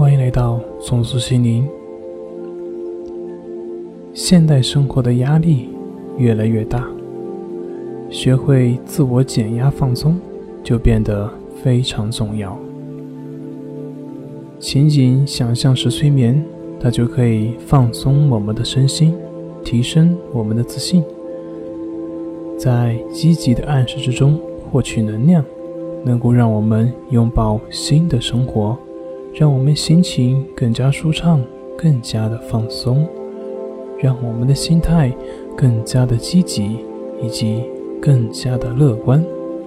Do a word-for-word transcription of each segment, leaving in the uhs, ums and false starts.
欢迎来到重塑心灵。现代生活的压力越来越大，学会自我减压放松就变得非常重要。情景想象时催眠，它就可以放松我们的身心，提升我们的自信，在积极的暗示之中获取能量，能够让我们拥抱新的生活，让我们心情更加舒畅，更加的放松，让我们的心态更加的积极，以及更加的乐观。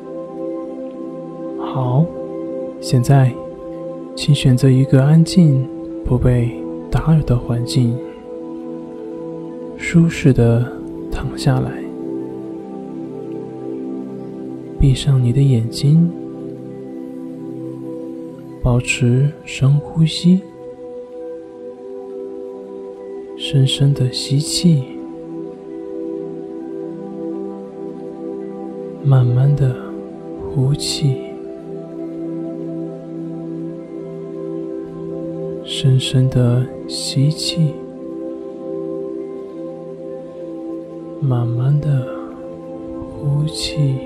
好，现在请选择一个安静不被打扰的环境，舒适的躺下来，闭上你的眼睛，保持深呼吸，深深的吸气，慢慢的呼气，深深的吸气，慢慢的呼气。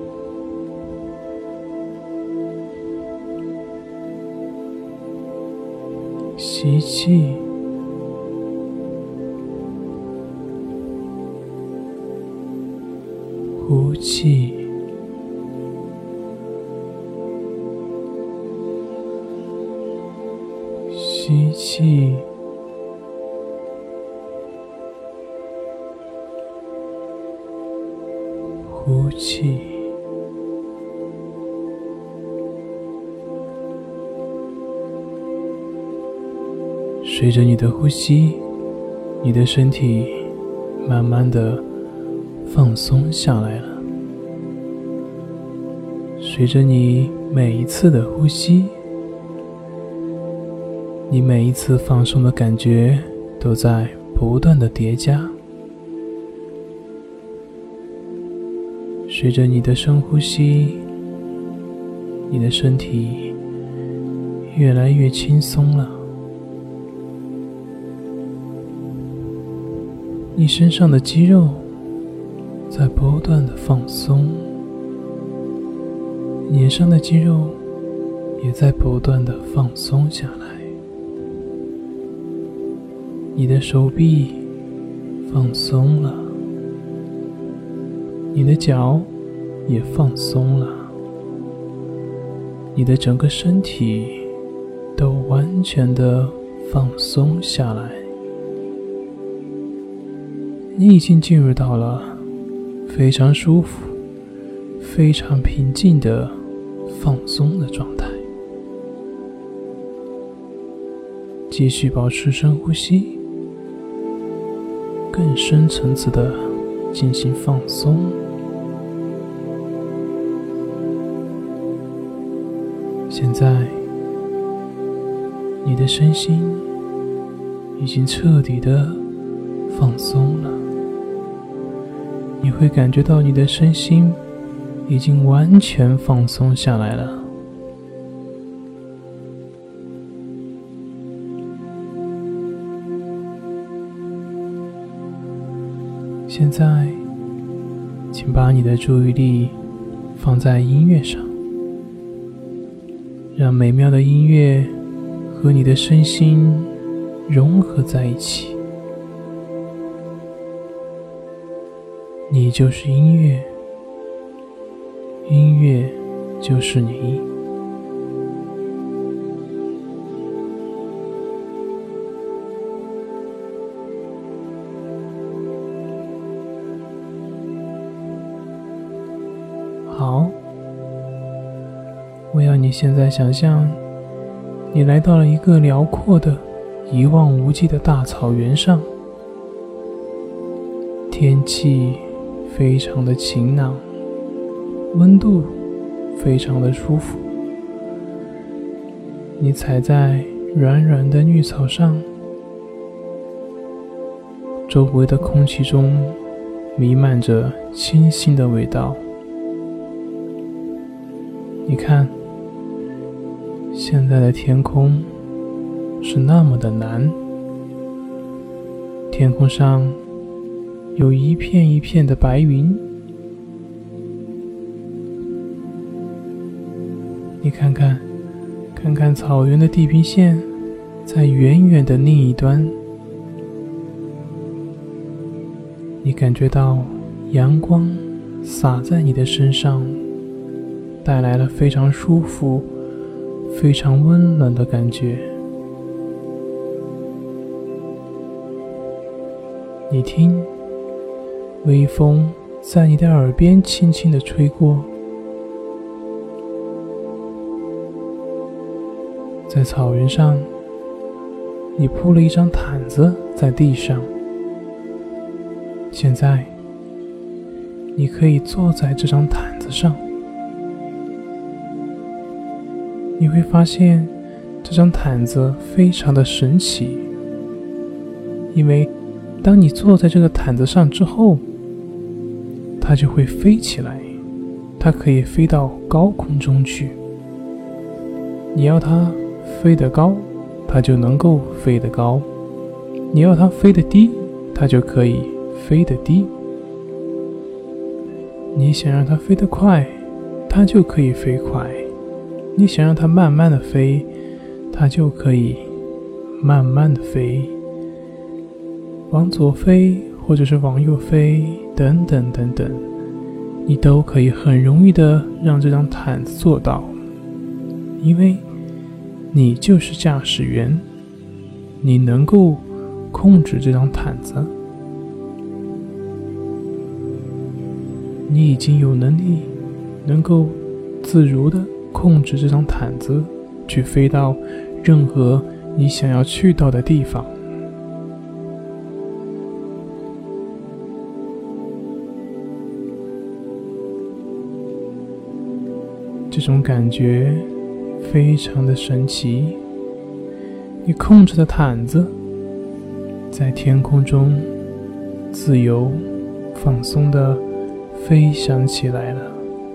吸气，呼气，吸气，呼气。随着你的呼吸，你的身体慢慢的放松下来了。随着你每一次的呼吸，你每一次放松的感觉都在不断的叠加。随着你的深呼吸，你的身体越来越轻松了。你身上的肌肉在不断的放松，脸上的肌肉也在不断的放松下来。你的手臂放松了，你的脚也放松了，你的整个身体都完全的放松下来。你已经进入到了非常舒服、非常平静的放松的状态。继续保持深呼吸，更深层次的进行放松。现在，你的身心已经彻底的放松了。你会感觉到你的身心已经完全放松下来了。现在，请把你的注意力放在音乐上，让美妙的音乐和你的身心融合在一起。你就是音乐，音乐就是你。好，我要你现在想象，你来到了一个辽阔的、一望无际的大草原上，天气非常的晴朗，温度非常的舒服。你踩在软软的绿草上，周围的空气中弥漫着清新的味道。你看，现在的天空是那么的难。天空上有一片一片的白云，你看看，看看草原的地平线，在远远的另一端，你感觉到阳光洒在你的身上，带来了非常舒服、非常温暖的感觉。你听，微风在你的耳边轻轻地吹过，在草原上，你铺了一张毯子在地上。现在，你可以坐在这张毯子上。你会发现，这张毯子非常的神奇，因为当你坐在这个毯子上之后，它就会飞起来，它可以飞到高空中去。你要它飞得高，它就能够飞得高；你要它飞得低，它就可以飞得低。你想让它飞得快，它就可以飞快；你想让它慢慢的飞，它就可以慢慢的飞。往左飞，或者是往右飞，等等等等，你都可以很容易的让这张毯子做到，因为你就是驾驶员，你能够控制这张毯子，你已经有能力能够自如的控制这张毯子，去飞到任何你想要去到的地方。这种感觉非常的神奇，你控制的毯子在天空中自由放松地飞翔起来了。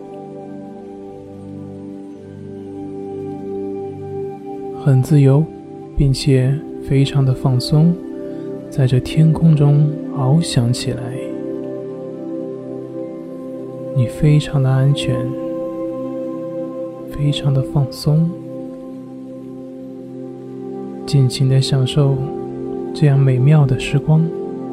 很自由，并且非常的放松，在这天空中翱翔起来。你非常的安全，非常的放松，尽情地享受这样美妙的时光。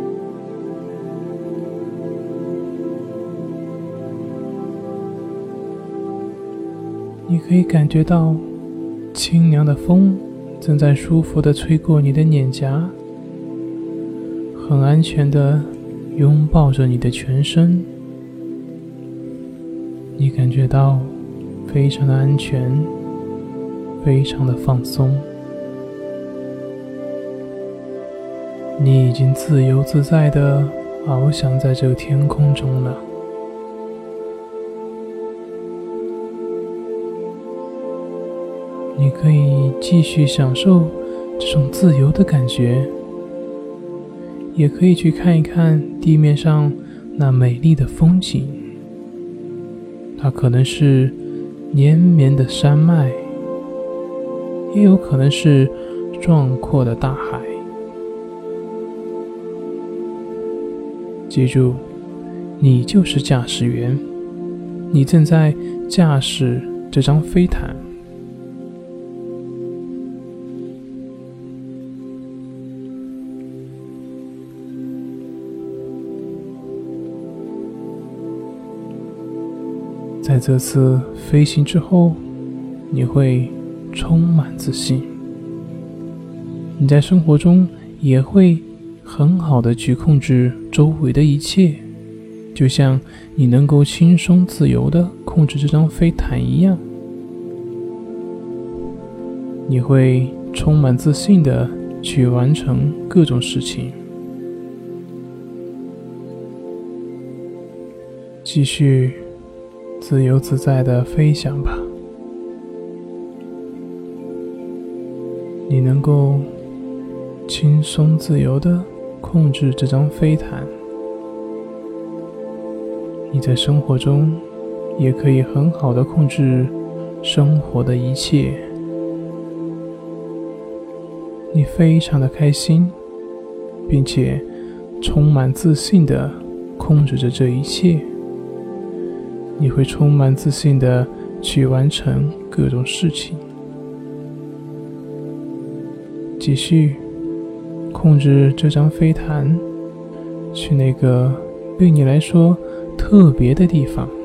你可以感觉到清凉的风正在舒服地吹过你的脸颊，很安全地拥抱着你的全身。你感觉到非常的安全，非常的放松。你已经自由自在地翱翔在这个天空中了。你可以继续享受这种自由的感觉，也可以去看一看地面上那美丽的风景。它可能是连绵的山脉，也有可能是壮阔的大海。记住，你就是驾驶员，你正在驾驶这张飞毯。在这次飞行之后，你会充满自信，你在生活中也会很好的去控制周围的一切，就像你能够轻松自由的控制这张飞毯一样。你会充满自信的去完成各种事情。继续自由自在地飞翔吧。你能够轻松自由地控制这张飞毯。你在生活中也可以很好地控制生活的一切。 你非常的开心，并且充满自信地控制着这一切。你会充满自信地去完成各种事情。继续控制这张飞毯，去那个对你来说特别的地方。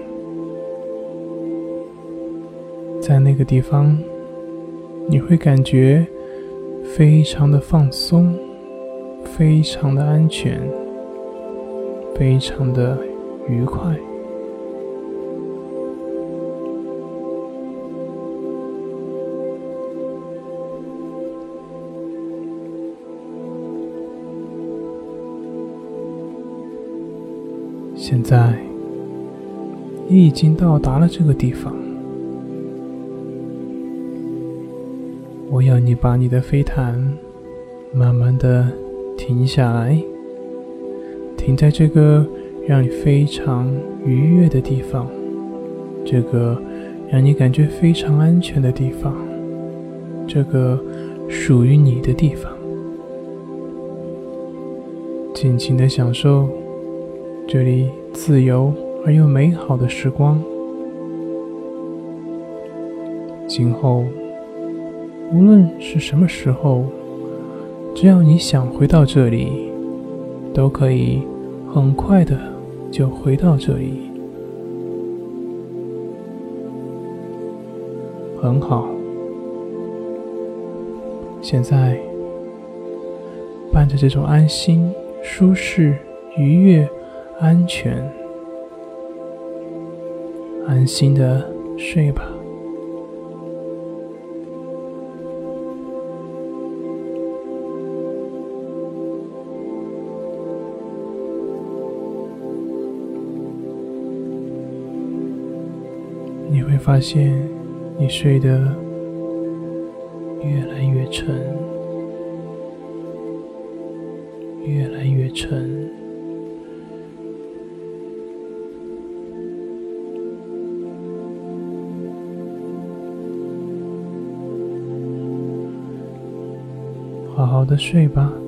在那个地方，你会感觉非常的放松，非常的安全，非常的愉快。现在，你已经到达了这个地方。我要你把你的飞毯慢慢的停下来，停在这个让你非常愉悦的地方，这个让你感觉非常安全的地方，这个属于你的地方。尽情的享受这里自由而又美好的时光。今后无论是什么时候，只要你想回到这里，都可以很快的就回到这里。很好，现在伴着这种安心、舒适、愉悦、安全，安心的睡吧。你会发现，你睡得越来越沉，越来越沉。好好的睡吧。